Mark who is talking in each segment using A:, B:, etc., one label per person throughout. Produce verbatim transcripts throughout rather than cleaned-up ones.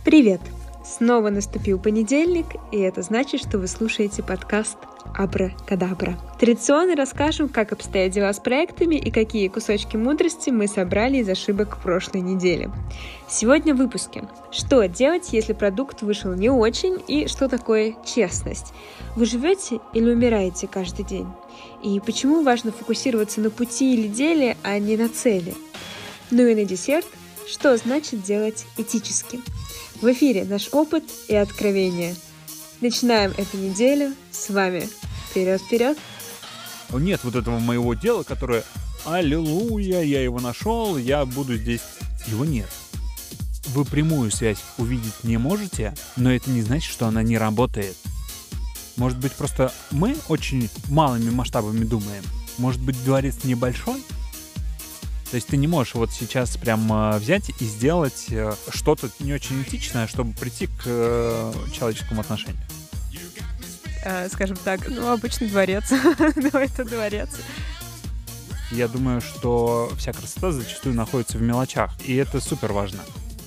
A: Привет! Снова наступил понедельник, и это значит, что вы слушаете подкаст «Абракадабра». Традиционно расскажем, как обстоят дела с проектами и какие кусочки мудрости мы собрали из ошибок прошлой недели. Сегодня в выпуске. Что делать, если продукт вышел не очень, и что такое честность? Вы живете или умираете каждый день? И почему важно фокусироваться на пути или деле, а не на цели? Ну и на десерт, что значит делать этически? В эфире наш опыт и откровения. Начинаем эту неделю с вами. Вперед-вперед!
B: Нет вот этого моего дела, которое «Аллилуйя, я его нашел, я буду здесь». Его нет. Вы прямую связь увидеть не можете, но это не значит, что она не работает. Может быть, просто мы очень малыми масштабами думаем. Может быть, дворец небольшой? То есть ты не можешь вот сейчас прям э, взять и сделать э, что-то не очень этичное, чтобы прийти к э, человеческому отношению.
C: Э, скажем так, ну, обычный дворец. Ну, это дворец.
B: Я думаю, что вся красота зачастую находится в мелочах, и это супер важно.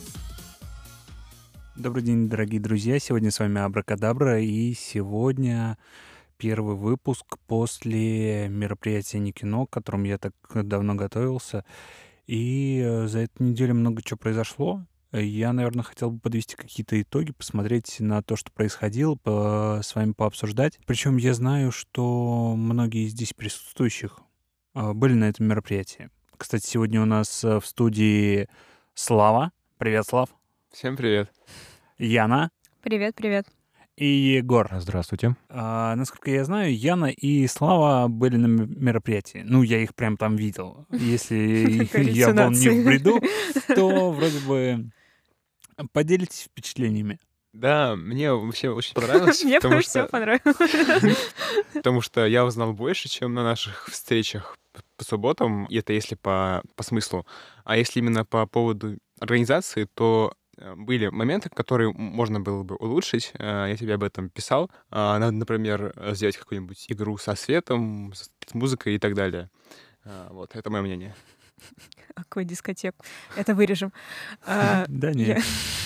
B: Добрый день, дорогие друзья. Сегодня с вами Абракадабра, и сегодня первый выпуск после мероприятия «Не кино», к которому я так давно готовился. И за эту неделю много чего произошло. Я, наверное, хотел бы подвести какие-то итоги, посмотреть на то, что происходило, по, с вами пообсуждать. Причем я знаю, что многие из здесь присутствующих были на этом мероприятии. Кстати, сегодня у нас в студии Слава. Привет, Слав.
D: Всем привет.
B: Яна.
C: Привет-привет.
B: И Егор.
D: Здравствуйте.
B: А, насколько я знаю, Яна и Слава были на мероприятии. Ну, я их прям там видел. Если я был не в бреду, то вроде бы поделитесь впечатлениями.
D: Да, мне вообще очень понравилось.
C: Мне прям все понравилось.
D: Потому что я узнал больше, чем на наших встречах по субботам. И это если по, по смыслу. А если именно по поводу организации, то были моменты, которые можно было бы улучшить. Я тебе об этом писал. Надо, например, сделать какую-нибудь игру со светом, с музыкой и так далее. Вот, это мое мнение.
C: Аквадискотеку. Это вырежем.
B: Да нет.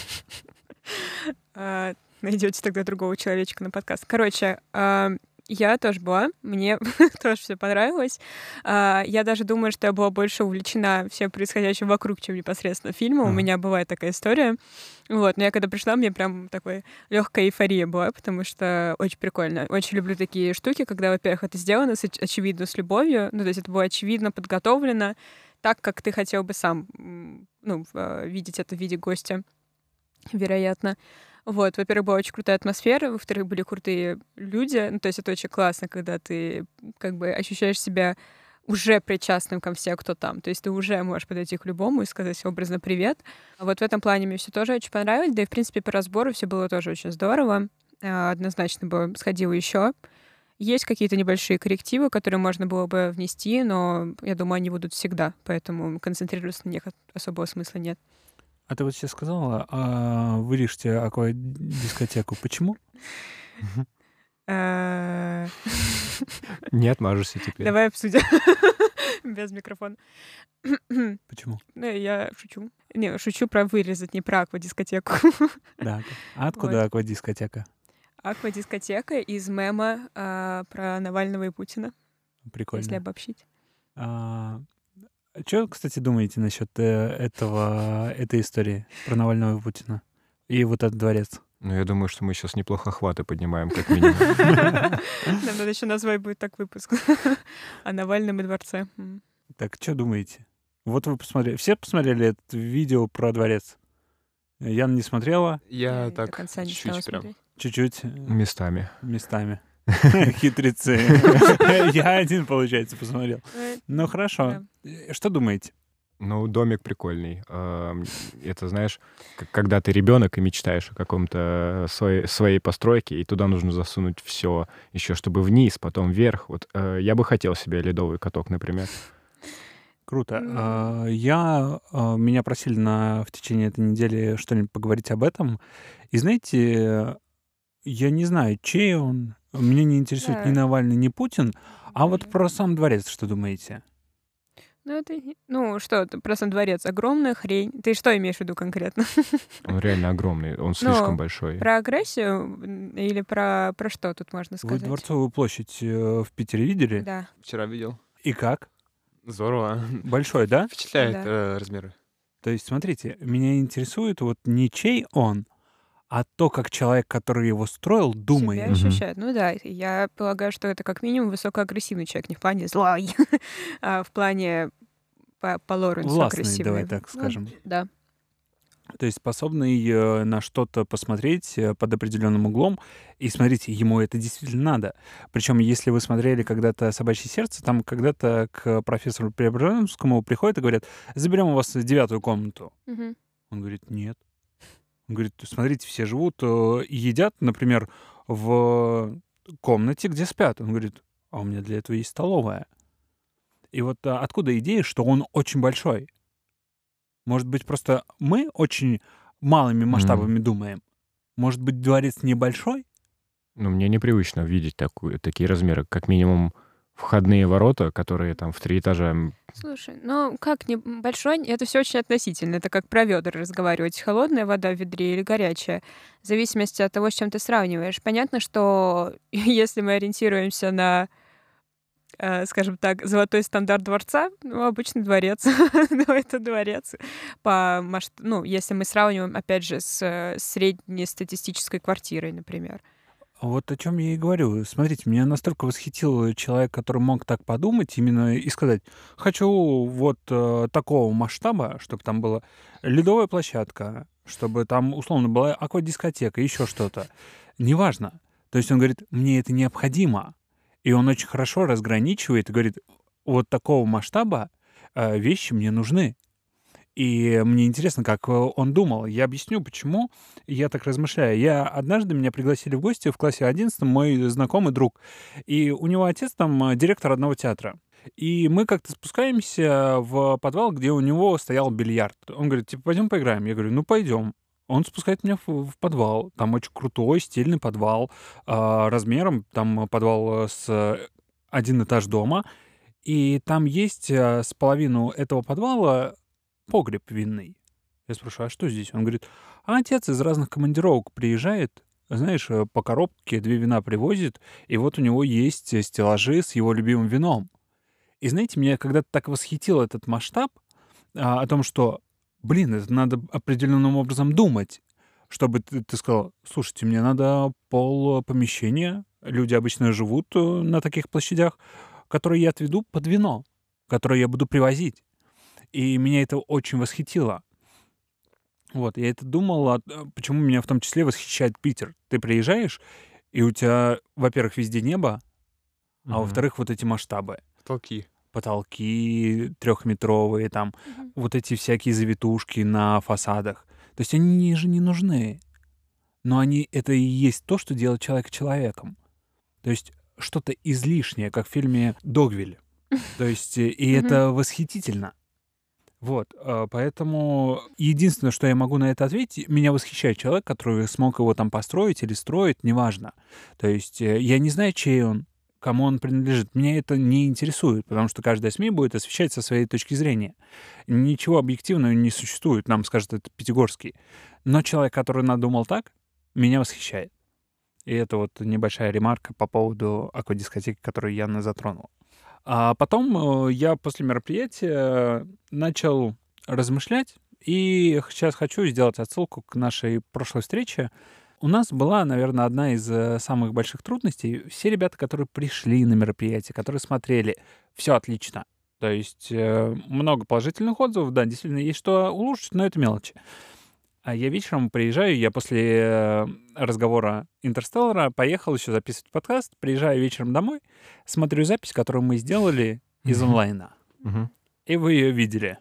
C: Найдете тогда другого человечка на подкаст. Короче, я тоже была, мне тоже все понравилось. Я даже думаю, что я была больше увлечена всем происходящим вокруг, чем непосредственно фильмом. У меня бывает такая история. Вот, но я когда пришла, мне прям такой легкая эйфория была, потому что очень прикольно. Очень люблю такие штуки, когда, во-первых, это сделано с, очевидно с любовью, ну, то есть это было очевидно подготовлено, так, как ты хотел бы сам, ну, видеть это в виде гостя, вероятно. Вот, во-первых, была очень крутая атмосфера, во-вторых, были крутые люди, ну, то есть это очень классно, когда ты как бы ощущаешь себя уже причастным ко всем, кто там, то есть ты уже можешь подойти к любому и сказать образно «привет». А вот в этом плане мне все тоже очень понравилось, да и, в принципе, по разбору все было тоже очень здорово, однозначно бы сходила еще. Есть какие-то небольшие коррективы, которые можно было бы внести, но, я думаю, они будут всегда, поэтому концентрироваться на них особого смысла нет.
B: А ты вот сейчас сказала, а вырежьте аквадискотеку. Почему?
D: Не отмажешься теперь.
C: Давай обсудим. Без микрофона.
B: Почему?
C: Ну, я шучу. Не, шучу про вырезать, не про аквадискотеку.
B: Да. А откуда аквадискотека?
C: Аквадискотека из мема про Навального и Путина.
B: Прикольно.
C: Если обобщить.
B: Что, кстати, думаете насчет этого, этой истории про Навального и Путина? И вот этот дворец?
D: Ну, я думаю, что мы сейчас неплохо охваты поднимаем, как минимум.
C: Нам надо еще назвать будет так выпуск. О Навальном и дворце.
B: Так, что думаете? Вот вы посмотрели. Все посмотрели это видео про дворец? Яна не смотрела?
D: Я так чуть-чуть прям.
B: Чуть-чуть?
D: Местами.
B: Местами. Хитрецы. Я один, получается, посмотрел. Ну, хорошо. Что думаете?
D: Ну, домик прикольный. Это, знаешь, когда ты ребенок и мечтаешь о каком-то своей, своей постройке, и туда нужно засунуть все, еще чтобы вниз, потом вверх. Вот я бы хотел себе ледовый каток, например.
B: Круто. Mm. Я, меня просили на, в течение этой недели что-нибудь поговорить об этом. И знаете, я не знаю, чей он. Меня не интересует yeah. ни Навальный, ни Путин. А вот про сам дворец что думаете?
C: Ну, это... Ну, что, ты просто дворец огромная хрень. Ты что имеешь в виду конкретно?
D: Он реально огромный, он слишком
C: Ну,
D: большой.
C: Про агрессию или про, про что тут можно
B: Вы
C: сказать?
B: Дворцовую площадь э, в Питере видели?
C: Да.
D: Вчера видел.
B: И как?
D: Здорово.
B: Большой, да?
D: Впечатляет
C: Да.
D: э, размеры.
B: То есть, смотрите, меня интересует вот не чей он, а то, как человек, который его строил,
C: Себя
B: думает.
D: Мгм.
C: ощущает. Ну да, я полагаю, что это как минимум высокоагрессивный человек, не в плане злой, а в плане по, по Лоренсу
B: Властный,
C: агрессивный.
B: давай так
C: Ну,
B: скажем.
C: да.
B: То есть способный э, на что-то посмотреть э, под определенным углом. И смотрите, ему это действительно надо. Причем, если вы смотрели когда-то «Собачье сердце», там когда-то к профессору Преображенскому приходят и говорят: заберем у вас девятую комнату.
C: Мгм.
B: Он говорит: нет. Он говорит: смотрите, все живут э, и едят, например, в комнате, где спят. Он говорит: а у меня для этого есть столовая. И вот а, откуда идея, что он очень большой? Может быть, просто мы очень малыми масштабами думаем? Может быть, дворец небольшой?
D: Ну, мне непривычно видеть такую, такие размеры. Как минимум входные ворота, которые там в три этажа. м,
C: Слушай, ну как не большой, это все очень относительно. Это как про ведра разговаривать. Холодная вода в ведре или горячая. В зависимости от того, с чем ты сравниваешь. Понятно, что если мы ориентируемся на, э, скажем так, золотой стандарт дворца, ну, обычный дворец. Ну, это дворец. По масш- Ну, если мы сравниваем, опять же, с э, среднестатистической квартирой, например.
B: Вот о чем я и говорю. Смотрите, меня настолько восхитил человек, который мог так подумать именно и сказать: хочу вот э, такого масштаба, чтобы там была ледовая площадка, чтобы там условно была аквадискотека, еще что-то. Неважно. То есть он говорит: мне это необходимо. И он очень хорошо разграничивает и говорит: вот такого масштаба э, вещи мне нужны. И мне интересно, как э, он думал. Я объясню, почему я так размышляю. Я однажды меня пригласили в гости в классе одиннадцатом, мой знакомый друг. И у него отец там э, директор одного театра. И мы как-то спускаемся в подвал, где у него стоял бильярд. Он говорит: типа, пойдем поиграем. Я говорю: ну, пойдем. Он спускает меня в, в подвал. Там очень крутой, стильный подвал. а, размером, там подвал с э, один этаж дома. И там есть э, с половину этого подвала погреб винный. Я спрашиваю: а что здесь? Он говорит: а отец из разных командировок приезжает, знаешь, э, по коробке две вина привозит, и вот у него есть э, стеллажи с его любимым вином. И знаете, меня когда-то так восхитил этот масштаб а, о том, что, блин, это надо определенным образом думать, чтобы ты, ты сказал: слушайте, мне надо пол помещения, люди обычно живут э, на таких площадях, которые я отведу под вино, которые я буду привозить. И меня это очень восхитило. Вот, я это думал, а, э, почему меня в том числе восхищает Питер. Ты приезжаешь, и у тебя, во-первых, везде небо, а
D: Мгм.
B: во-вторых, вот эти масштабы.
D: Потолки.
B: Потолки трехметровые, там,
C: Мгм.
B: вот эти всякие завитушки на фасадах. То есть они же не нужны. Но они, это и есть то, что делает человека человеком. То есть что-то излишнее, как в фильме «Догвилль». То есть, э, и
C: Мгм.
B: это восхитительно. Вот, а, поэтому единственное, что я могу на это ответить, меня восхищает человек, который смог его там построить или строить, неважно. То есть э, я не знаю, чей он, кому он принадлежит. Меня это не интересует, потому что каждая СМИ будет освещать со своей точки зрения. Ничего объективного не существует, нам скажет это Пятигорский. Но человек, который надумал так, меня восхищает. И это вот небольшая ремарка по поводу аквадискотеки, которую Яна затронула. А потом э, я после мероприятия начал размышлять, и сейчас хочу сделать отсылку к нашей прошлой встрече. У нас была, наверное, одна из э, самых больших трудностей. Все ребята, которые пришли на мероприятие, которые смотрели, все отлично. То есть э, много положительных отзывов, да, действительно есть что улучшить, но это мелочи. А я вечером приезжаю, я после э, разговора «Интерстеллара» поехал еще записывать подкаст, приезжаю вечером домой, смотрю запись, которую мы сделали из
D: Мгм.
B: онлайна.
D: Мгм.
B: И вы ее видели.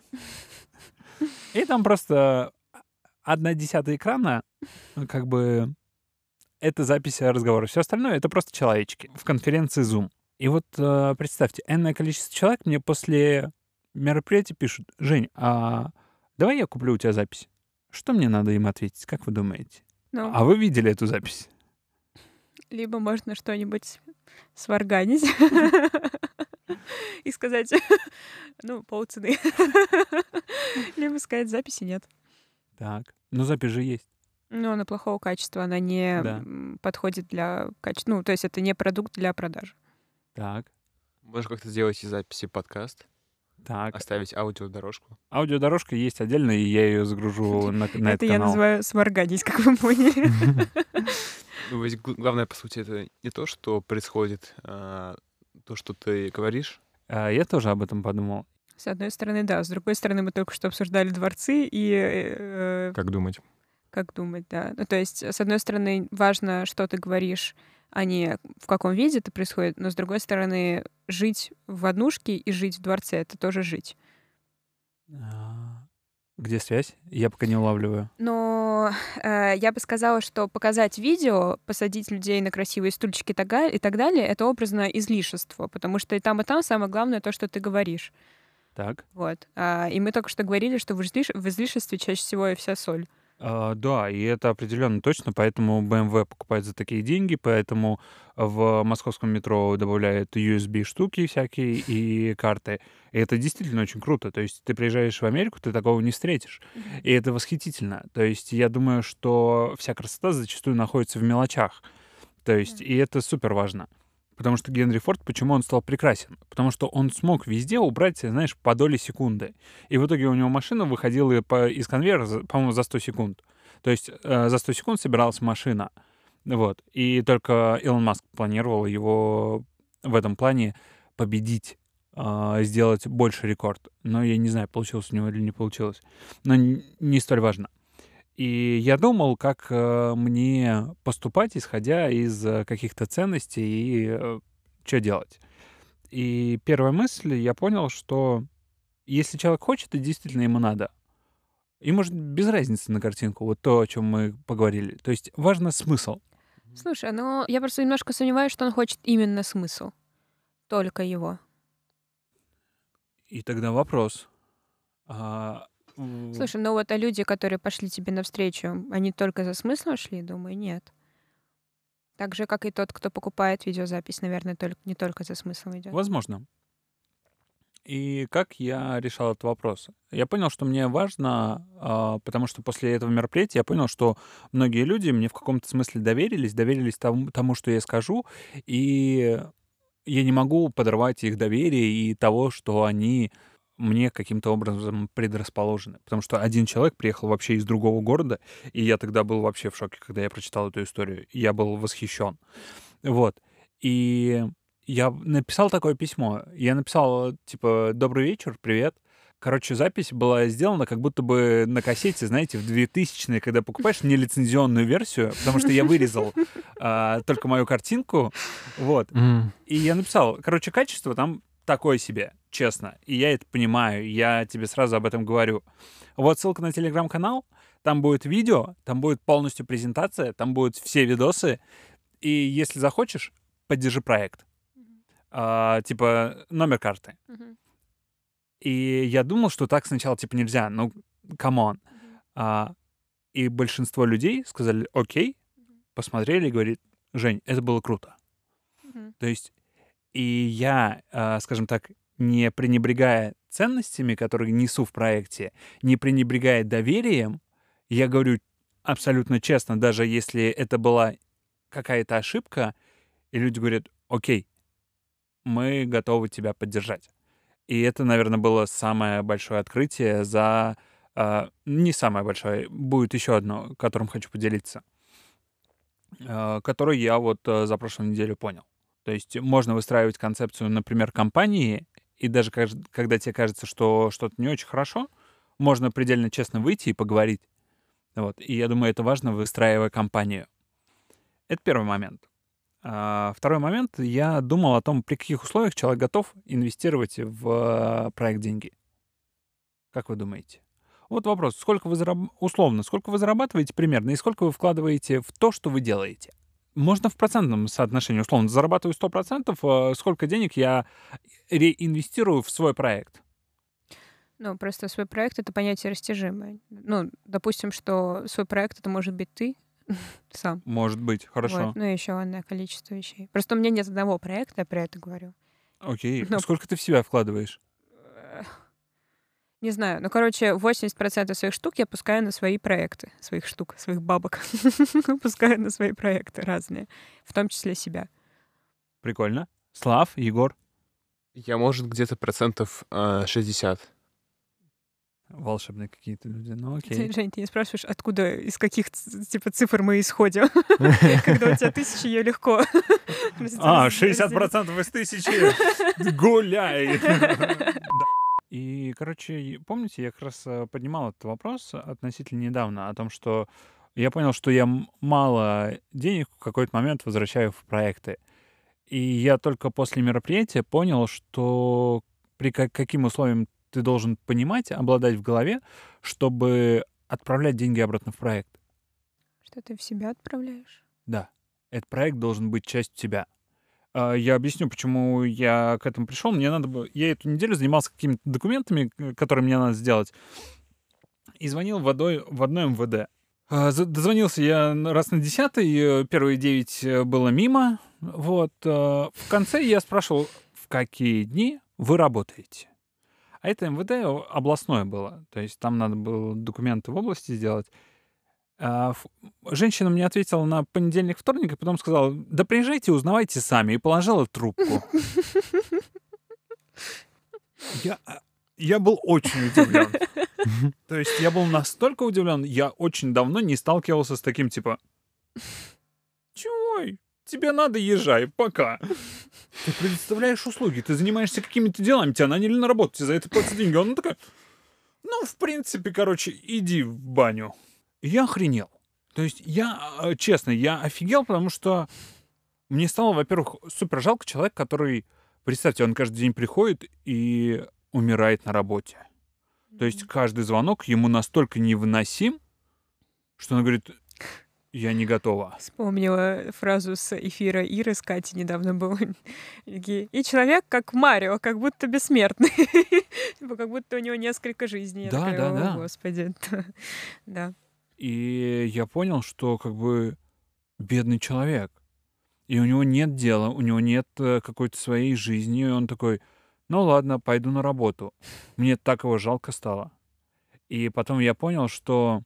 B: И там просто одна десятая экрана, ну, как бы, это запись разговора. Все остальное — это просто человечки в конференции Zoom. И вот э, представьте, энное количество человек мне после мероприятия пишут: Жень, а давай я куплю у тебя запись. Что мне надо им ответить, как вы думаете?
C: Ну,
B: А вы видели эту запись?
C: либо можно что-нибудь сварганить. И сказать, ну, полцены. Либо сказать, записи нет.
B: Так. Ну, запись же есть.
C: Но она плохого качества, она не
B: Да.
C: м, подходит для качества. Ну, то есть это не продукт для продажи.
B: Так.
D: Можешь как-то сделать из записи подкаст,
B: Так.
D: оставить аудиодорожку.
B: Аудиодорожка есть отдельно, и я ее загружу на, на
C: Это
B: этот
C: я
B: канал.
C: называю сварганить, как вы поняли.
D: Ну, ведь гл- главное, по сути, это не то, что происходит, а то, что ты говоришь.
B: А, Я тоже об этом подумал.
C: С одной стороны, да. С другой стороны, мы только что обсуждали дворцы и э,
D: Как думать?
C: как думать, да. Ну, то есть, с одной стороны, важно, что ты говоришь, а не в каком виде это происходит, но с другой стороны, жить в однушке и жить в дворце — это тоже жить.
B: А, Где связь? Я пока не улавливаю.
C: Но э, я бы сказала, что показать видео, посадить людей на красивые стульчики и так га- и так далее, это образно излишество, потому что и там, и там самое главное то, что ты говоришь.
B: Так.
C: Вот. А, и мы только что говорили, что в, излиш- в излишестве чаще всего и вся соль.
B: А, да, и это определенно точно, поэтому бэ эм вэ покупает за такие деньги, поэтому в московском метро добавляют ю эс би-штуки всякие и карты. И это действительно очень круто. То есть ты приезжаешь в Америку, ты такого не встретишь. И это восхитительно. То есть я думаю, что вся красота зачастую находится в мелочах. То есть,
C: Да.
B: и это супер важно. Потому что Генри Форд, почему он стал прекрасен? Потому что он смог везде убрать, знаешь, по доле секунды. И в итоге у него машина выходила по- из конвейера, за- по-моему, за сто секунд. То есть э, за сто секунд собиралась машина. Вот. И только Илон Маск планировал его в этом плане победить, а, сделать больше рекорд. Но я не знаю, получилось у него или не получилось. Но н- не столь важно. И я думал, как э, мне поступать, исходя из э, каких-то ценностей и что делать. И первая мысль, я понял, что если человек хочет, и действительно ему надо, и может без разницы на картинку, вот то, о чем мы поговорили. То есть важно смысл.
C: Слушай, ну я просто немножко сомневаюсь, что он хочет именно смысл. Только его.
B: И тогда вопрос. а, м,
C: Слушай, ну вот а люди, которые пошли тебе навстречу, они только за смыслом шли? Думаю, нет. Так же, как и тот, кто покупает видеозапись, наверное, только, не только за смыслом идет.
B: Возможно. И как я решал этот вопрос? Я понял, что мне важно, а, потому что после этого мероприятия я понял, что многие люди мне в каком-то смысле доверились, доверились тому, тому, что я скажу, и я не могу подорвать их доверие и того, что они мне каким-то образом предрасположены. Потому что один человек приехал вообще из другого города, и я тогда был вообще в шоке, когда я прочитал эту историю. И я был восхищен. Вот. И я написал такое письмо. Я написал, типа, «Добрый вечер, привет». Короче, запись была сделана как будто бы на кассете, знаете, в двухтысячные, когда покупаешь нелицензионную версию, потому что я вырезал а, только мою картинку, вот. И я написал, короче, качество там такое себе, честно. И я это понимаю, я тебе сразу об этом говорю. Вот ссылка на телеграм-канал, там будет видео, там будет полностью презентация, там будут все видосы. И если захочешь, поддержи проект. А, типа номер карты.
C: Мгм.
B: И я думал, что так сначала типа нельзя, ну, камон. А, и большинство людей сказали, окей, посмотрели и говорит, Жень, это было круто.
C: Мгм.
B: То есть и я, а, скажем так, не пренебрегая ценностями, которые несу в проекте, не пренебрегая доверием, я говорю абсолютно честно, даже если это была какая-то ошибка, и люди говорят, окей, мы готовы тебя поддержать. И это, наверное, было самое большое открытие за... а, не самое большое, будет еще одно, которым хочу поделиться, а, которое я вот а, за прошлую неделю понял. То есть можно выстраивать концепцию, например, компании, и даже каж- когда тебе кажется, что что-то не очень хорошо, можно предельно честно выйти и поговорить. Вот. И я думаю, это важно, выстраивая компанию. Это первый момент. А, Второй момент. Я думал о том, при каких условиях человек готов инвестировать в а, проект деньги. Как вы думаете? Вот вопрос. Сколько вы зараб- условно, сколько вы зарабатываете примерно и сколько вы вкладываете в то, что вы делаете? Можно в процентном соотношении. Условно, зарабатываю сто процентов, а сколько денег я реинвестирую в свой проект?
C: Ну, просто свой проект — это понятие растяжимое. Ну, допустим, что свой проект — это может быть ты сам.
B: Может быть, хорошо.
C: Вот. Ну, и еще одно количество вещей. Просто у меня нет одного проекта, я про это говорю.
B: Окей.
C: Ну,
B: Сколько ты в себя вкладываешь?
C: э, не знаю. Ну, короче, восемьдесят процентов своих штук я пускаю на свои проекты. Своих штук, своих бабок. Пускаю на свои проекты разные. В том числе себя.
B: Прикольно. Слав, Егор?
D: Я, может, где-то процентов э, шестьдесят.
B: Волшебные какие-то люди. Ну,
C: Ты,
B: окей.
C: Жень, ты не спрашиваешь, откуда, из каких ц- типа цифр мы исходим? Когда у тебя тысяча, ее легко.
B: А,
C: раз-
B: шестьдесят
C: разделить.
B: процентов из тысячи. Гуляй! Да. И, короче, помните, я как раз э, поднимал этот вопрос относительно недавно о том, что я понял, что я м- мало денег в какой-то момент возвращаю в проекты. И я только после мероприятия понял, что при ка- каким условиям ты должен понимать, обладать в голове, чтобы отправлять деньги обратно в проект.
C: Что ты в себя отправляешь?
B: Да, этот проект должен быть частью тебя. А, Я объясню, почему я к этому пришел. Мне надо было... Я эту неделю занимался какими-то документами, к- которые мне надо сделать, и звонил в одно, в одно эм вэ дэ. А, за- Дозвонился я н- раз на десятый, э, первые девять э, было мимо. Вот. э, В конце я спрашивал, в какие дни вы работаете? А это эм вэ дэ областное было. То есть там надо было документы в области сделать. А, ф- Женщина мне ответила на понедельник, вторник, и потом сказала, да приезжайте, узнавайте сами, и положила трубку. Я, а, я был очень удивлен. То есть я был настолько удивлен, я очень давно не сталкивался с таким, типа, чего? Тебе надо, езжай, пока. Ты предоставляешь услуги, ты занимаешься какими-то делами, тебя наняли на работу, тебе за это платят деньги. Она такая, ну, в принципе, короче, иди в баню. И я охренел. То есть я, э, честно, я офигел, потому что мне стало, во-первых, супер жалко человека, который, представьте, он каждый день приходит и умирает на работе. То есть
C: Мгм.
B: каждый звонок ему настолько невыносим, что она говорит, я не готова.
C: Вспомнила фразу с эфира Иры с Катей недавно был. Такие, и человек как Марио, как будто бессмертный. Типа, как будто у него несколько жизней. Я
B: Да,
C: такая,
B: да,
C: о,
B: да.
C: господи. Да.
B: И я понял, что как бы бедный человек. И у него нет дела, у него нет э, какой-то своей жизни. И он такой, ну ладно, пойду на работу. Мне так его жалко стало. И потом я понял, что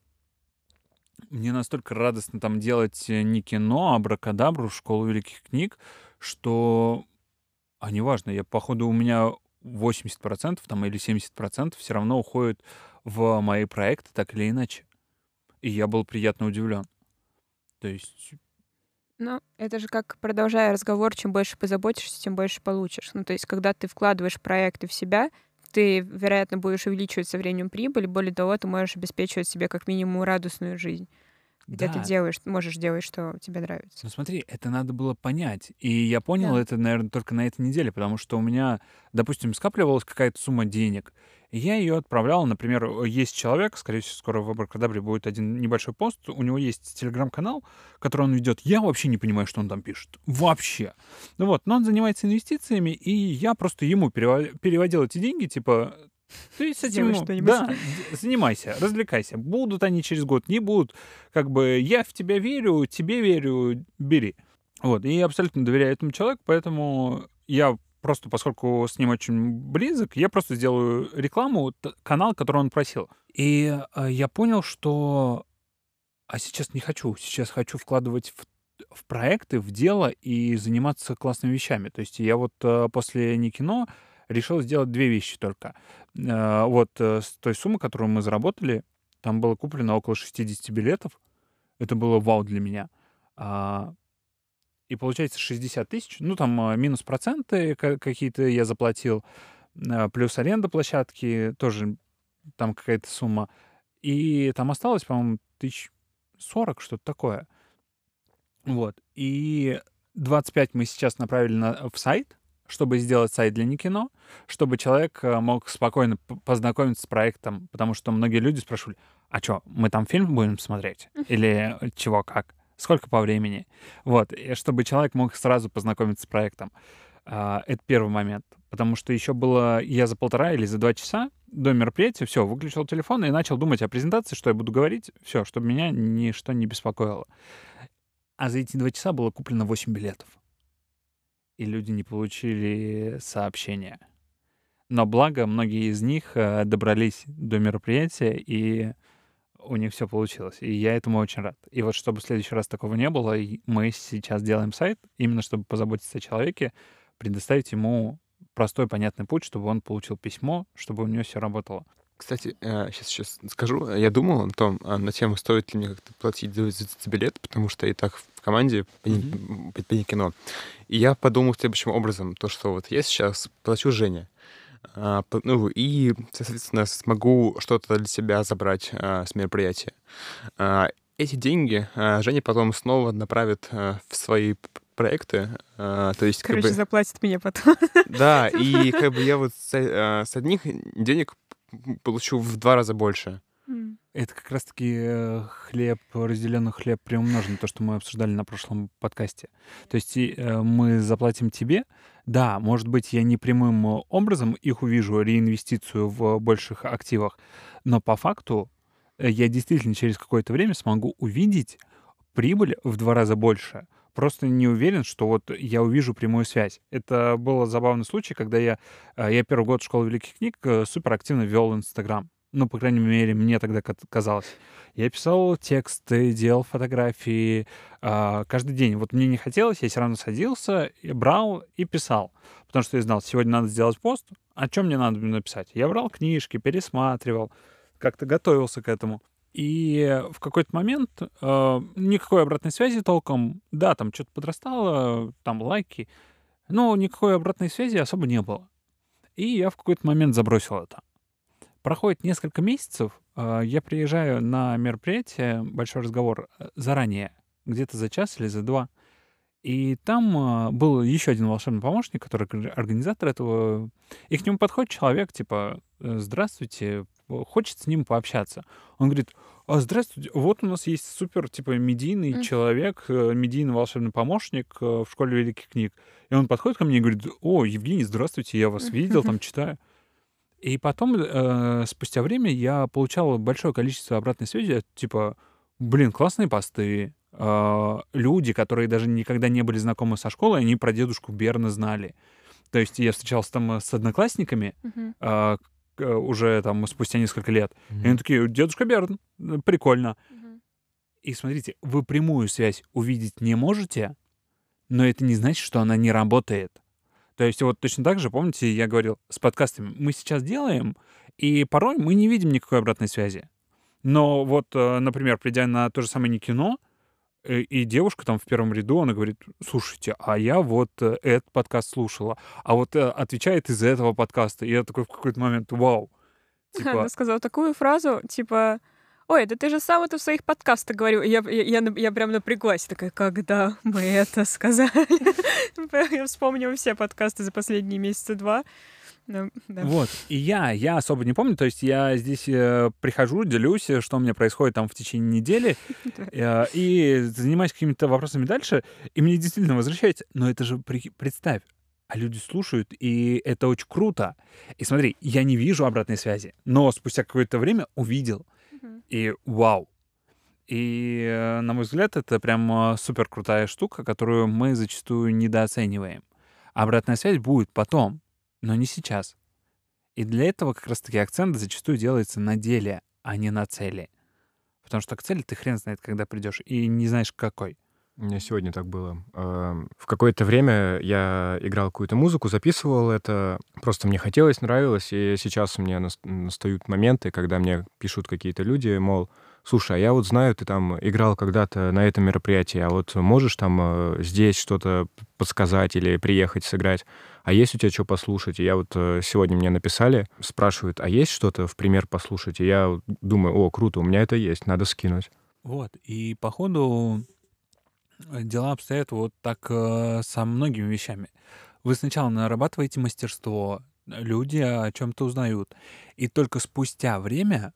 B: мне настолько радостно там делать э, не кино, а абракадабру, школу великих книг, что, а неважно, я, походу, у меня восемьдесят процентов там, или семьдесят процентов все равно уходит в мои проекты, так или иначе. И я был приятно удивлен. То есть,
C: Ну, это же как, продолжая разговор, чем больше позаботишься, тем больше получишь. Ну, то есть, когда ты вкладываешь проекты в себя, ты, вероятно, будешь увеличивать со временем прибыль. Более того, ты можешь обеспечивать себе как минимум радостную жизнь, где ты
B: да,
C: делаешь, можешь делать, что тебе нравится.
B: ну смотри, это надо было понять. И я понял
C: Да.
B: это, наверное, только на этой неделе, потому что у меня, допустим, скапливалась какая-то сумма денег, и я ее отправлял, например, э, есть человек, скорее всего, скоро в Абракадабре будет один небольшой пост, у него есть телеграм-канал, который он ведет. Я вообще не понимаю, что он там пишет. Вообще. Ну вот, но он занимается инвестициями, и я просто ему перево- переводил эти деньги, типа, ты с
C: Сделай
B: этим,
C: что-нибудь.
B: да, д- занимайся, развлекайся. Будут они через год, не будут. Как бы я в тебя верю, тебе верю, бери. Вот, и я абсолютно доверяю этому человеку, поэтому я просто, поскольку с ним очень близок, я просто сделаю рекламу, т- канал, который он просил. И э, я понял, что... А сейчас не хочу. Сейчас хочу вкладывать в, в проекты, в дело и заниматься классными вещами. То есть я вот э, после «Не кино» решил сделать две вещи только. Э, вот э, с той суммы, которую мы заработали, там было куплено около шестьдесят билетов. Это было вау для меня. А, и получается шестьдесят тысяч. Ну, там а, минус проценты ка- какие-то я заплатил, а, плюс аренда площадки, тоже там какая-то сумма. И там осталось, по-моему, тысяч сорок, что-то такое. Вот. И двадцать пять мы сейчас направили на, в сайт, чтобы сделать сайт для Никино, чтобы человек э, мог спокойно п- познакомиться с проектом, потому что многие люди спрашивали, а что, мы там фильм будем смотреть? Или чего, как? Сколько по времени? Вот, и чтобы человек мог сразу познакомиться с проектом. А, Это первый момент. Потому что еще было, я за полтора или за два часа до мероприятия, все, выключил телефон и начал думать о презентации, что я буду говорить, все, чтобы меня ничто не беспокоило. А за эти два часа было куплено восемь билетов. и люди не получили сообщения. Но благо многие из них э, добрались до мероприятия, и у них все получилось. И я этому очень рад. И вот чтобы в следующий раз такого не было, и мы сейчас делаем сайт, именно чтобы позаботиться о человеке, предоставить ему простой, понятный путь, чтобы он получил письмо, чтобы у него все работало.
D: Кстати, сейчас, сейчас скажу. Я думал о том, а, на тему, стоит ли мне как-то платить за, за- за билет, потому что я и так в команде по, Ни-
B: Мгм.
D: по- по кино. И я подумал следующим образом, то, что вот я сейчас плачу Жене, а, по- ну, и, соответственно, смогу что-то для себя забрать а, с мероприятия. А, Эти деньги а, Женя потом снова направит а, в свои п- проекты. А, То есть, как
C: Короче,
D: бы,
C: заплатит мне потом.
D: да, и как бы я вот с, а, с одних денег п- получу в два раза больше.
C: М.
B: Это как раз-таки э, хлеб, разделенный хлеб приумножен, то, что мы обсуждали на прошлом подкасте. То есть и, э, мы заплатим тебе, да, может быть, я не прямым э, образом их увижу, реинвестицию в больших активах, но по факту э, я действительно через какое-то время смогу увидеть прибыль в два раза больше. Просто не уверен, что вот я увижу прямую связь. Это был забавный случай, когда я, э, я первый год школы великих книг э, суперактивно вел Инстаграм. Ну, по крайней мере, мне тогда ка- казалось. Я писал тексты, делал фотографии а, каждый день. Вот мне не хотелось, я все равно садился, и брал и писал. Потому что я знал, сегодня надо сделать пост, о чем мне надо написать. Я брал книжки, пересматривал, как-то готовился к этому. И в какой-то момент э, никакой обратной связи толком. Да, там что-то подрастало, там лайки, но никакой обратной связи особо не было. И я в какой-то момент забросил это. Проходит несколько месяцев, а, я приезжаю на мероприятие, большой разговор, э, заранее, где-то за час или за два. И там а, был еще один волшебный помощник, который орг- организатор этого. И к нему подходит человек, типа, «Э, здравствуйте, э, хочет с ним пообщаться. Он говорит, «А, здравствуйте, вот у нас есть супер, типа, медийный
C: М.
B: человек, э, медийный волшебный помощник э, в школе великих книг». И он подходит ко мне и говорит, «О, Евгений, здравствуйте, я вас видел, там читаю». И потом, э, спустя время, я получал большое количество обратной связи, типа, блин, классные посты. а, Люди, которые даже никогда не были знакомы со школой, они про дедушку Берна знали. То есть я встречался там э, с одноклассниками
C: Мгм.
B: а, к- э, уже там спустя несколько лет. И они
D: Мгм.
B: такие, дедушка Берн, э, прикольно.
C: Мгм.
B: И смотрите, вы прямую связь увидеть не можете, но это не значит, что она не работает. То есть вот точно так же, помните, я говорил с подкастами, мы сейчас делаем, и порой мы не видим никакой обратной связи. Но вот, э, например, придя на то же самое не кино, э, и девушка там в первом ряду, она говорит, слушайте, а я вот э, этот подкаст слушала, а вот э, отвечает из этого подкаста. И я такой в какой-то момент, вау,
C: Она
B: типа,
C: сказала такую фразу, типа, ой, да ты же сам это в своих подкастах говорил. И Я, я, я, на- я прям напряглась, такая, когда мы это сказали? Я вспомнила все подкасты за последние месяца два. Ну, да.
B: вот. И я, я особо не помню, то есть я здесь э, прихожу, делюсь, э, что у меня происходит там в течение недели,
C: Да.
B: э, и занимаюсь какими-то вопросами дальше, и мне действительно возвращается. Но это же, при- представь, а люди слушают, и это очень круто. И смотри, я не вижу обратной связи, но спустя какое-то время увидел,
C: Мгм.
B: и вау. И, э, на мой взгляд, это прям супер крутая штука, которую мы зачастую недооцениваем. Обратная связь будет потом, но не сейчас. И для этого как раз-таки акцент зачастую делается на деле, а не на цели. Потому что к цели ты хрен знает, когда придешь, и не знаешь, к какой.
E: У меня сегодня так было. Эм, В какое-то время я играл какую-то музыку, записывал это. Просто мне хотелось, нравилось. И сейчас у меня нас- настают моменты, когда мне пишут какие-то люди, мол, слушай, а я вот знаю, ты там играл когда-то на этом мероприятии, а вот можешь там э, здесь что-то п- подсказать или приехать сыграть? А есть у тебя что послушать? И я вот э, сегодня мне написали, спрашивают, а есть что-то в пример послушать? И я вот думаю, о, круто, у меня это есть, надо скинуть.
B: Вот. И по ходу э, дела обстоят вот так э, со многими вещами. Вы сначала нарабатываете мастерство, э, люди о чем-то узнают, и только спустя время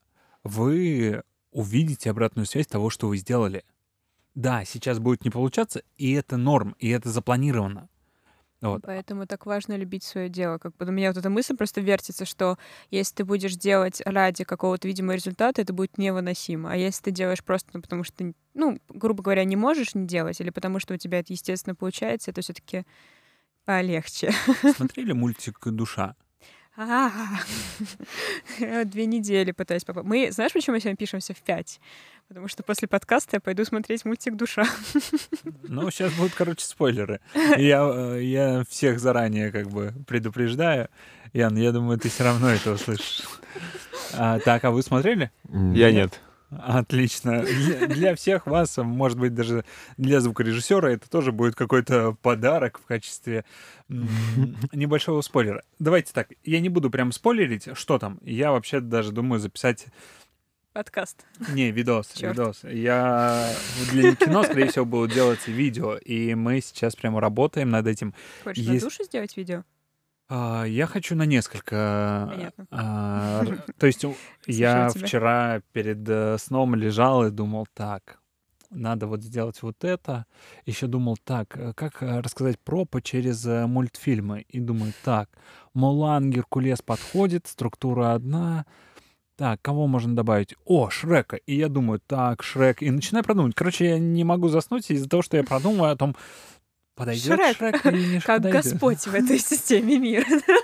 B: вы увидите обратную связь того, что вы сделали. Да, сейчас будет не получаться, и это норм, и это запланировано. Вот.
C: Поэтому так важно любить свое дело. Как бы у меня вот эта мысль просто вертится, что если ты будешь делать ради какого-то видимого результата, это будет невыносимо. А если ты делаешь просто ну, потому, что ты, ну, грубо говоря, не можешь не делать, или потому что у тебя это естественно получается, это все-таки полегче.
B: Смотрели мультик «Душа»?
C: А, две недели пытаюсь попасть. Мы, знаешь, почему мы сегодня пишемся в пять? Потому что после подкаста я пойду смотреть мультик «Душа».
B: Ну, сейчас будут, короче, спойлеры. Я, я всех заранее как бы предупреждаю. Ян, я думаю, ты все равно это услышишь. А, так, а вы смотрели?
D: Я нет.
B: Отлично. Для, для всех вас, может быть, даже для звукорежиссера, это тоже будет какой-то подарок в качестве м, небольшого спойлера. Давайте так, я не буду прям спойлерить, что там. Я вообще даже думаю записать...
C: Подкаст.
B: Не, видос,
C: Чёрт.
B: видос. Я для кино, скорее всего, буду делать видео, и мы сейчас прямо работаем над этим.
C: Хочешь
B: Есть-
C: на душу сделать видео?
B: А, Я хочу на несколько.
C: Понятно.
B: а, р- То есть у- я
C: тебя.
B: вчера перед э, сном лежал и думал, так, надо вот сделать вот это. Еще думал, так, э, как э, рассказать пропа через э, мультфильмы. И думаю, так, Мулан, Геркулес подходит, структура одна. Так, кого можно добавить? О, Шрека. И я думаю, так, Шрек. И начинаю продумывать. Короче, я не могу заснуть из-за того, что я продумываю о том, подойдет
C: Шрек.
B: Шрек или не
C: Как
B: подойдет.
C: Господь в этой системе мира.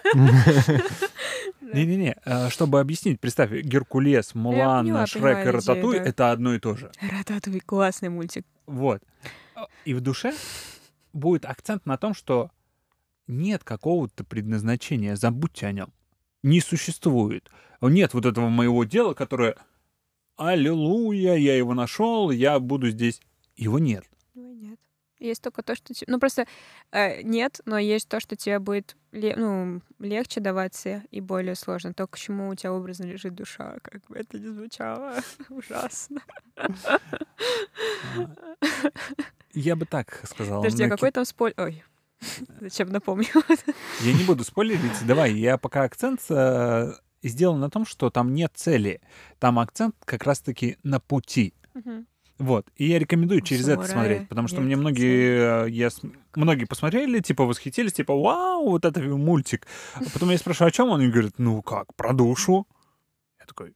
B: Не-не-не, э, чтобы объяснить, представь, Геркулес, Мулан,
C: поняла,
B: Шрек
C: поняла
B: и
C: идею,
B: Рататуй —
C: да.
B: это одно и то же.
C: Рататуй, классный мультик.
B: Вот. И в душе будет акцент на том, что нет какого-то предназначения, забудьте о нем. Не существует. Нет вот этого моего дела, которое «Аллилуйя, я его нашел, я буду здесь». Его нет.
C: Ну, нет. Есть только то, что... те- Ну, просто э, нет, но есть то, что тебе будет ле- ну, легче даваться и более сложно. То, к чему у тебя образно лежит душа, как бы это ни звучало ужасно.
B: Я бы так сказал.
C: Подожди, а
B: на ки-
C: какой там спойлер? Ой, зачем напомнил?
B: Я не буду спойлерить. Давай, я пока акцент э, сделал на том, что там нет цели. Там акцент как раз-таки на пути.
C: Мгм.
B: Вот. И я рекомендую
C: У
B: через это
C: самурая
B: смотреть, потому что
C: нет
B: мне многие, э, я, с- многие посмотрели, типа, восхитились, типа, вау, вот это мультик. А потом я спрашиваю, о чем он? И говорят, ну как, про душу. Я такой,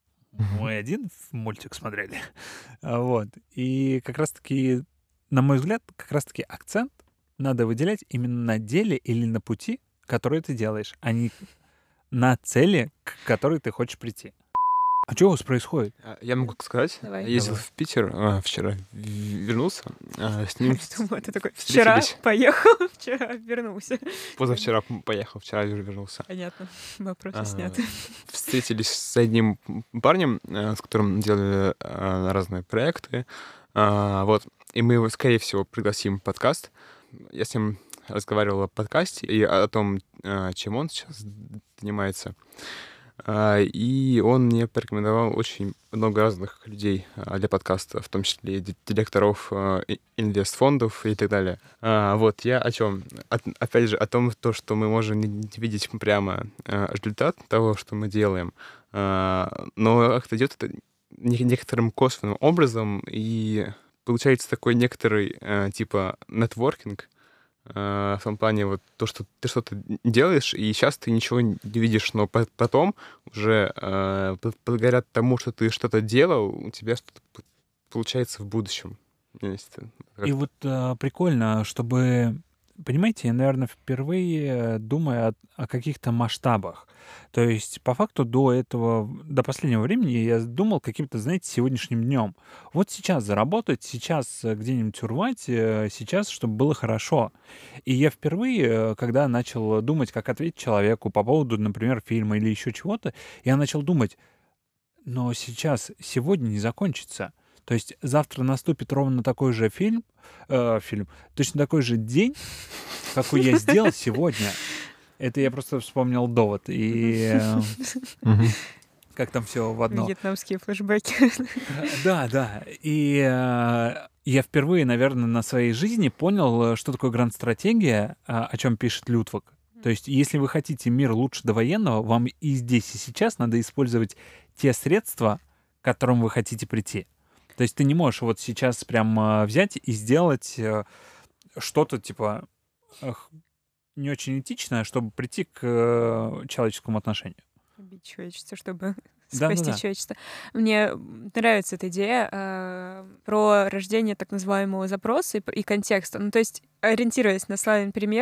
B: мы один ф- мультик смотрели. А, Вот. И как раз-таки, на мой взгляд, как раз-таки акцент надо выделять именно на деле или на пути, который ты делаешь, а не на цели, к которой ты хочешь прийти. А что у вас происходит?
D: А, Я могу сказать,
C: Давай.
D: я ездил
B: Давай.
D: в Питер а, вчера, в- вернулся, а, с ним
C: Я думала, ты такой, вчера
D: встретились.
C: поехал, вчера вернулся.
D: позавчера поехал, вчера вернулся.
C: Понятно, вопросы
D: А,
C: сняты.
D: Встретились с одним парнем, а, с которым делали а, разные проекты. А, Вот. И мы его, скорее всего, пригласим в подкаст. Я с ним разговаривал о подкасте и о том, а, чем он сейчас занимается. А, И он мне порекомендовал очень много разных людей а, для подкаста, в том числе и ди- директоров а, и- инвестфондов и так далее. А, Вот, я о чем? Опять же, о том, то, что мы можем не не видеть прямо а, результат того, что мы делаем, а, но как-то идет это не- некоторым косвенным образом, и получается такой некоторый а, типа нетворкинг, а, в том плане вот то, что ты что-то делаешь, и сейчас ты ничего не видишь, но по- потом уже а, б- благодаря тому, что ты что-то делал, у тебя что-то п- получается в будущем. Если как-
B: И вот э, прикольно, чтобы... Понимаете, я, наверное, впервые думаю о, о каких-то масштабах. То есть, по факту, до этого, до последнего времени я думал каким-то, знаете, сегодняшним днем. Вот сейчас заработать, сейчас э, где-нибудь урвать, э, сейчас, чтобы было хорошо. И я впервые, э, когда начал думать, как ответить человеку по поводу, например, фильма или еще чего-то, я начал думать, но сейчас, сегодня не закончится. То есть завтра наступит ровно такой же фильм, э, фильм, точно такой же день, какой я сделал сегодня. Это я просто вспомнил довод. И э,
E: Мгм.
B: как там все в одно.
C: Вьетнамские флешбеки.
B: Да, да. И э, я впервые, наверное, на своей жизни понял, э, что такое гранд-стратегия, э, о чем пишет Лютвак. То есть, если вы хотите мир лучше довоенного, вам и здесь, и сейчас надо использовать те средства, к которым вы хотите прийти. То есть ты не можешь вот сейчас прям э, взять и сделать э, что-то типа эх, не очень этичное, чтобы прийти к э, человеческому отношению.
C: Убить человечество, чтобы
B: Да-да-да.
C: спасти человечество. Мне нравится эта идея э, про рождение так называемого запроса и, п- и контекста. Ну, то есть, ориентируясь на славный пример,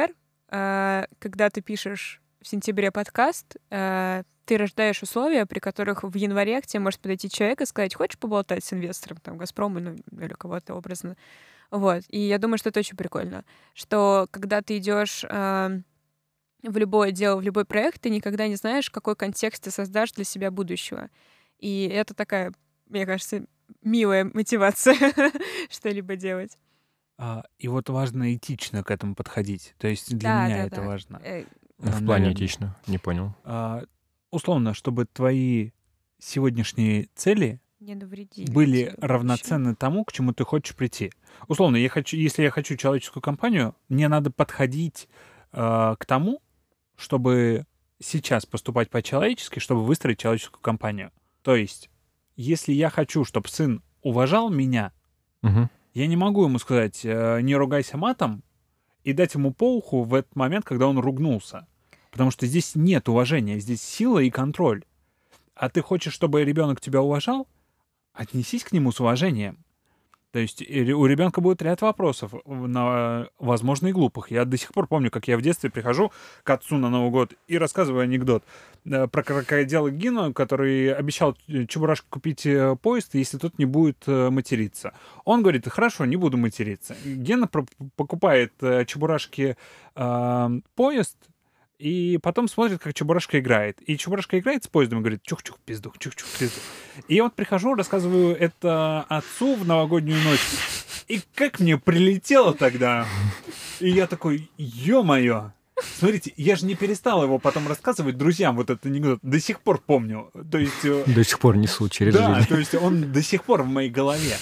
C: э, когда ты пишешь в сентябре подкаст, э, ты рождаешь условия, при которых в январе к тебе может подойти человек и сказать: хочешь поболтать с инвестором, там, Газпрома, ну, или кого-то образно. Вот. И я думаю, что это очень прикольно, что когда ты идешь э, в любое дело, в любой проект, ты никогда не знаешь, какой контекст ты создашь для себя будущего. И это такая, мне кажется, милая мотивация что-либо делать.
B: А, и вот важно этично к этому подходить. То есть для
C: Да,
B: меня
C: да,
B: это
C: да.
B: важно.
C: Э,
E: В плане
B: Наверное.
E: этично, не понял.
B: А, условно, чтобы твои сегодняшние цели
C: Не навредили
B: были
C: тебе в будущем.
B: равноценны тому, к чему ты хочешь прийти. Условно, я хочу, если я хочу человеческую компанию, мне надо подходить э, к тому, чтобы сейчас поступать по-человечески, чтобы выстроить человеческую компанию. То есть, если я хочу, чтобы сын уважал меня,
E: Мгм.
B: я не могу ему сказать э, «не ругайся матом» и дать ему по уху в этот момент, когда он ругнулся. Потому что здесь нет уважения, здесь сила и контроль. А ты хочешь, чтобы ребенок тебя уважал? Отнесись к нему с уважением. То есть и у ребенка будет ряд вопросов, на, возможно, и глупых. Я до сих пор помню, как я в детстве прихожу к отцу на Новый год и рассказываю анекдот э, про крокодила Гину, который обещал Чебурашке купить э, поезд, если тот не будет э, материться. Он говорит: хорошо, не буду материться. Гена про- покупает э, Чебурашке э, поезд, и потом смотрит, как Чебурашка играет. И Чебурашка играет с поездом и говорит: чух-чух, пизду, чух-чух, пизду. И я вот прихожу, рассказываю это отцу в новогоднюю ночь. И как мне прилетело тогда. И я такой: ё-моё. Смотрите, я же не перестал его потом рассказывать друзьям, вот этот анекдот. До сих пор помню. То есть... э,
E: До сих пор несу через
B: да,
E: жизнь.
B: то есть он до сих пор в моей голове.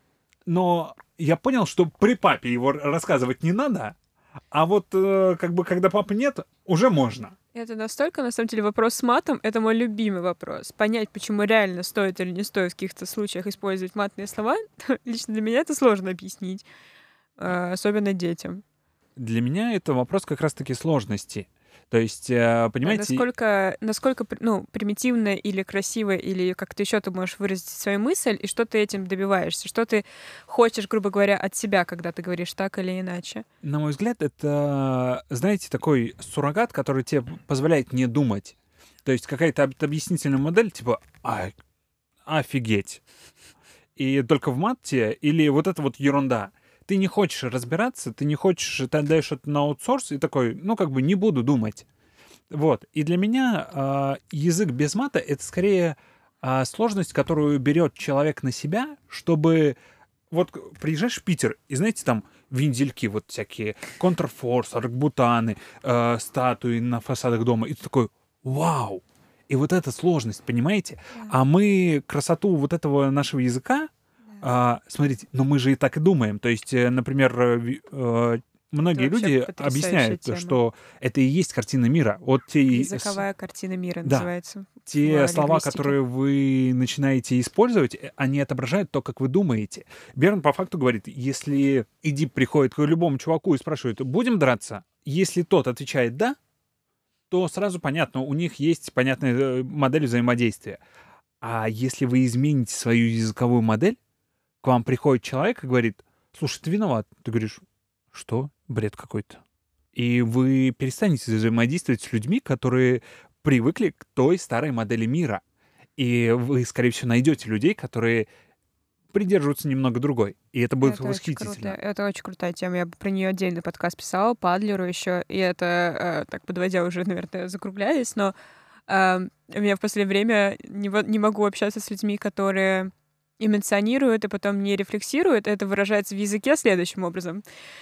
B: Но я понял, что при папе его рассказывать не надо, а вот э, как бы когда папы нет, уже можно.
C: Это настолько, на самом деле, вопрос с матом — это мой любимый вопрос. Понять, почему реально стоит или не стоит в каких-то случаях использовать матные слова, лично для меня это сложно объяснить, э, особенно детям.
B: Для меня это вопрос как раз-таки сложности. То есть, э,
C: Да,
B: понимаете...
C: насколько, насколько при- ну, примитивно или красиво, или как-то еще ты можешь выразить свою мысль, и что ты этим добиваешься, что ты хочешь, грубо говоря, от себя, когда ты говоришь так или иначе.
B: На мой взгляд, это, знаете, такой суррогат, который тебе позволяет не думать. То есть какая-то об- объяснительная модель, типа, а, офигеть. И только в мате, или вот это вот ерунда. Ты не хочешь разбираться, ты не хочешь, ты отдаешь это на аутсорс, и такой, ну, как бы не буду думать. Вот. И для меня а, язык без мата — это скорее а, сложность, которую берет человек на себя, чтобы... Вот к- приезжаешь в Питер, и знаете, там виндельки вот всякие, контрфорс, аркбутаны, э, статуи на фасадах дома, и ты такой: вау! И вот эта сложность, понимаете? А мы красоту вот этого нашего языка, а, смотрите, но мы же и так и думаем. То есть, э, например, э, ви- э, многие
C: Это вообще
B: люди
C: потрясающая
B: объясняют,
C: тема.
B: что это и есть картина мира. Вот те, и с-
C: Языковая картина мира
B: Да.
C: называется.
B: те
C: в
B: слова,
C: лингвистике.
B: которые вы начинаете использовать, э, они отображают то, как вы думаете. Берн по факту говорит: если Эдип приходит к любому чуваку и спрашивает: будем драться? Если тот отвечает «да», то сразу понятно, у них есть понятная э, модель взаимодействия. А если вы измените свою языковую модель, к вам приходит человек и говорит: слушай, ты виноват. Ты говоришь: что? Бред какой-то. И вы перестанете взаимодействовать с людьми, которые привыкли к той старой модели мира. И вы, скорее всего, найдете людей, которые придерживаются немного другой. И это будет
C: Это очень круто.
B: восхитительно.
C: Это очень крутая тема. Я бы про нее отдельный подкаст писала, по Адлеру еще. И это, э, так подводя уже, наверное, закругляясь, но э, я в последнее время не, во- не могу общаться с людьми, которые эмоционируют и потом не рефлексируют. Это выражается в языке следующим образом.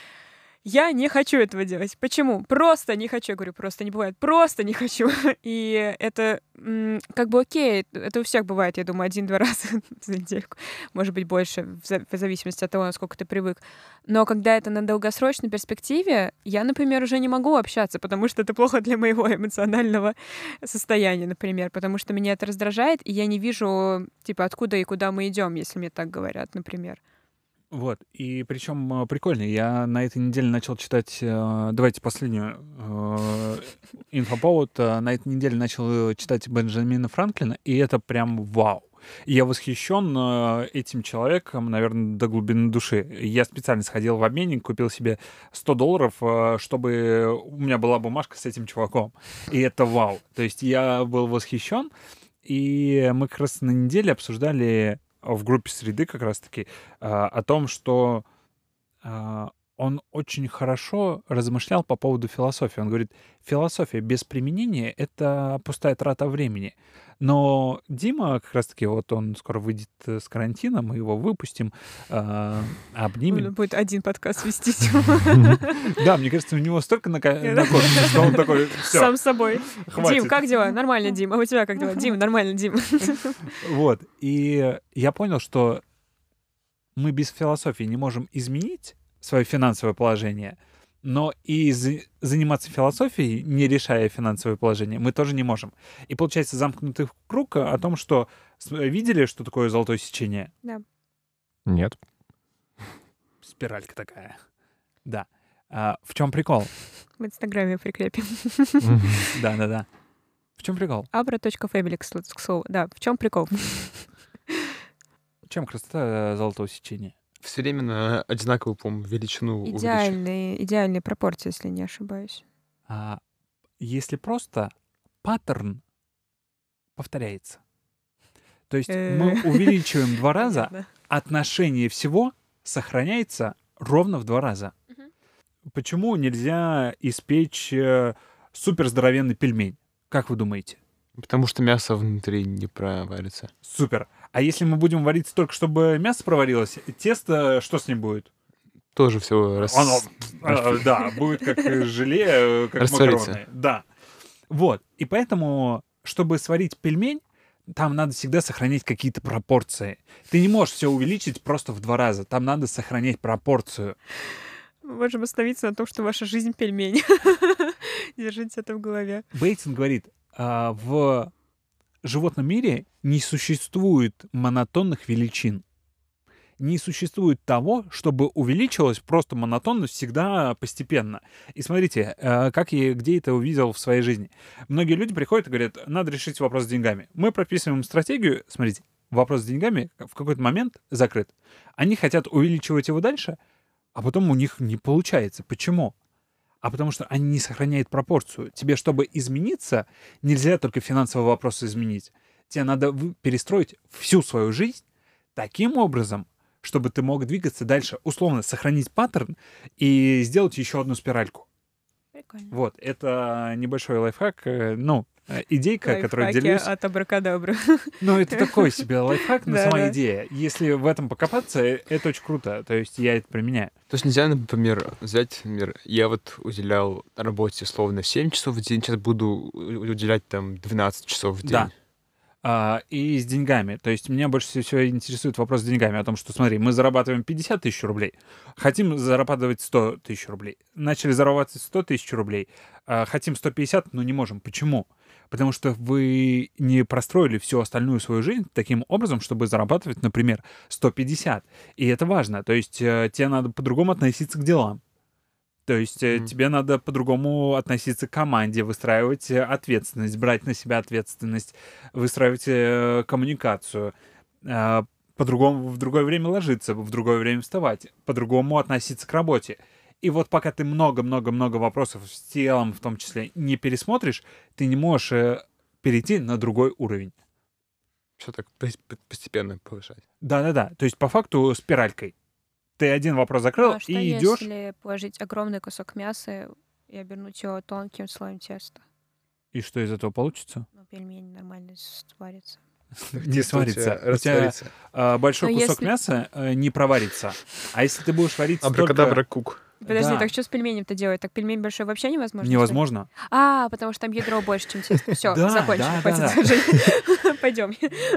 C: Я не хочу этого делать. Почему? Просто не хочу. Я говорю, просто не бывает. Просто не хочу. И это м, как бы окей. Это у всех бывает, я думаю, один-два раза за недельку. Может быть, больше, в за- в зависимости от того, насколько ты привык. Но когда это на долгосрочной перспективе, я, например, уже не могу общаться, потому что это плохо для моего эмоционального состояния, например. Потому что меня это раздражает, и я не вижу, типа, откуда и куда мы идем, если мне так говорят, например.
B: Вот. И причем э, прикольно. Я на этой неделе начал читать... э, давайте последнюю э, инфоповод. Э, На этой неделе начал э, читать Бенджамина Франклина, и это прям вау. И я восхищен э, этим человеком, наверное, до глубины души. Я специально сходил в обменник, купил себе сто долларов, э, чтобы у меня была бумажка с этим чуваком. И это вау. То есть я был восхищен, и мы как раз на неделе обсуждали в группе «Среды» как раз-таки э, о том, что э, он очень хорошо размышлял по поводу философии. Он говорит, философия без применения — это пустая трата времени. Но Дима, как раз-таки, вот он скоро выйдет с карантина, мы его выпустим, э, обнимем.
C: Он будет один подкаст вести.
B: Да, мне кажется, у него столько накопится, что он такой, все,
C: Сам с собой.
B: хватит.
C: Дим, как дела? Нормально, Дим. А у тебя как дела? Дим, нормально, Дим.
B: Вот. И я понял, что мы без философии не можем изменить свое финансовое положение, но и за- заниматься философией, не решая финансовое положение, мы тоже не можем. И получается замкнутый круг о том, что с- видели, что такое золотое сечение?
E: Нет.
B: Спиралька такая. Да. А, в чем прикол?
C: В Инстаграме прикрепим.
B: Да-да-да. В чем прикол?
C: abra.family, к слову. Да, в чем прикол?
B: В чем красота э, золотого сечения?
D: Все время на одинаковую, по-моему, величину увеличить.
C: Идеальные, идеальные пропорции, если не ошибаюсь.
B: А, если просто паттерн повторяется. То есть
C: Э.
B: мы увеличиваем два раза,
C: Понятно.
B: отношение всего сохраняется ровно в два раза.
C: Мгм.
B: Почему нельзя испечь э, супер здоровенный пельмень? Как вы думаете?
D: Потому что мясо внутри не проварится.
B: Супер. А если мы будем варить столько, чтобы мясо проварилось, тесто, что с ним будет?
D: Тоже все рас...
B: Оно, э, да, будет как желе, э, как
D: Растворится.
B: макароны. Да. Вот. И поэтому, чтобы сварить пельмень, там надо всегда сохранять какие-то пропорции. Ты не можешь все увеличить просто в два раза. Там надо сохранять пропорцию.
C: Мы можем остановиться на том, что ваша жизнь пельмень. Держите это в голове.
B: Бейтсон говорит, а, в животном мире не существует монотонных величин. Не существует того, чтобы увеличилась просто монотонность всегда постепенно. И смотрите, э, как я где это увидел в своей жизни. Многие люди приходят и говорят, надо решить вопрос с деньгами. Мы прописываем стратегию, смотрите, вопрос с деньгами в какой-то момент закрыт. Они хотят увеличивать его дальше, а потом у них не получается. Почему? А потому что они не сохраняют пропорцию. Тебе, чтобы измениться, нельзя только финансовые вопросы изменить. Тебе надо вы- перестроить всю свою жизнь таким образом, чтобы ты мог двигаться дальше, условно сохранить паттерн и сделать еще одну спиральку.
C: Прикольно.
B: Вот, это небольшой лайфхак, э, ну, э, идейка, которую
C: Лайфхаки
B: делюсь.
C: от абракадабры.
B: Ну, это такой себе лайфхак, но
C: Да,
B: сама
C: да.
B: идея. Если в этом покопаться, э, это очень круто. То есть я это применяю.
D: То есть нельзя, например, взять, например, я вот уделял работе словно семь часов в день, сейчас буду у- уделять там двенадцать часов в день.
B: Да. А, и с деньгами. То есть меня больше всего интересует вопрос с деньгами. О том, что, смотри, мы зарабатываем пятьдесят тысяч рублей, хотим зарабатывать сто тысяч рублей. Начали зарабатывать сто тысяч рублей, а, хотим сто пятьдесят, но не можем. Почему? Потому что вы не простроили всю остальную свою жизнь таким образом, чтобы зарабатывать, например, сто пятьдесят. И это важно. То есть э, тебе надо по-другому относиться к делам. То есть э,
D: Мгм.
B: тебе надо по-другому относиться к команде, выстраивать э, ответственность, брать на себя ответственность, выстраивать э, коммуникацию, э, по-другому в другое время ложиться, в другое время вставать, по-другому относиться к работе. И вот пока ты много-много-много вопросов с телом, в том числе, не пересмотришь, ты не можешь э, перейти на другой уровень.
D: Все так пос- постепенно повышать.
B: Да-да-да. То есть по факту спиралькой. Ты один вопрос закрыл
C: А что
B: и идешь.
C: если положить огромный кусок мяса и обернуть его тонким слоем теста?
B: И что из этого получится?
C: Ну, пельмень нормально сварится.
B: Не сварится. У тебя
D: Растворится.
B: а, большой
C: Но
B: кусок
C: если-
B: мяса э, не проварится. А если ты будешь варить
D: Абракадабра
B: столько...
D: кук.
C: Подожди,
B: Да.
C: так что с пельменем-то делать? Так пельмень большой вообще невозможно?
B: Невозможно.
C: сварить? А, потому что там ядро больше, чем тесто. Все,
B: Да,
C: закончили.
B: да,
C: Хватит
B: да, да.
C: сожалений. Пойдем.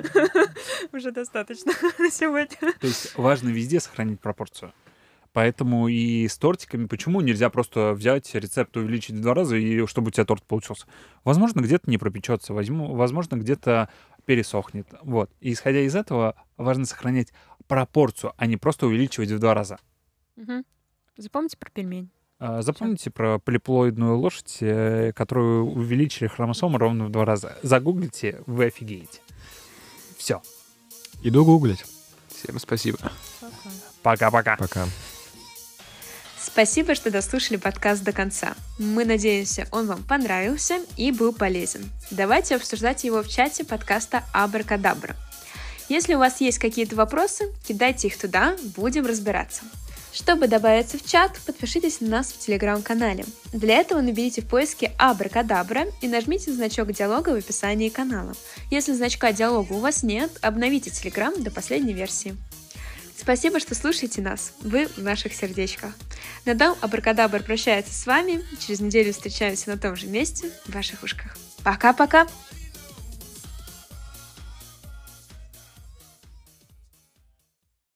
C: Уже достаточно на сегодня.
B: То есть важно везде сохранить пропорцию. Поэтому и с тортиками почему нельзя просто взять рецепт, увеличить в два раза, и чтобы у тебя торт получился? Возможно, где-то не пропечется, возьму, возможно, где-то пересохнет. Вот. И исходя из этого, важно сохранять пропорцию, а не просто увеличивать в два раза.
C: Мгм. Запомните про пельмень.
B: А, Запомните про полиплоидную лошадь, э, которую увеличили хромосомы ровно в два раза. Загуглите, вы офигеете. Все.
E: Иду гуглить.
D: Всем спасибо.
B: Пока-пока.
E: Пока.
A: Спасибо, что дослушали подкаст до конца. Мы надеемся, он вам понравился и был полезен. Давайте обсуждать его в чате подкаста Абракадабра. Если у вас есть какие-то вопросы, кидайте их туда, будем разбираться. Чтобы добавиться в чат, подпишитесь на нас в телеграм-канале. Для этого наберите в поиске Абракадабра и нажмите значок диалога в описании канала. Если значка диалога у вас нет, обновите телеграм до последней версии. Спасибо, что слушаете нас. Вы в наших сердечках. На этом Абракадабр прощается с вами. Через неделю встречаемся на том же месте в ваших ушках. Пока-пока!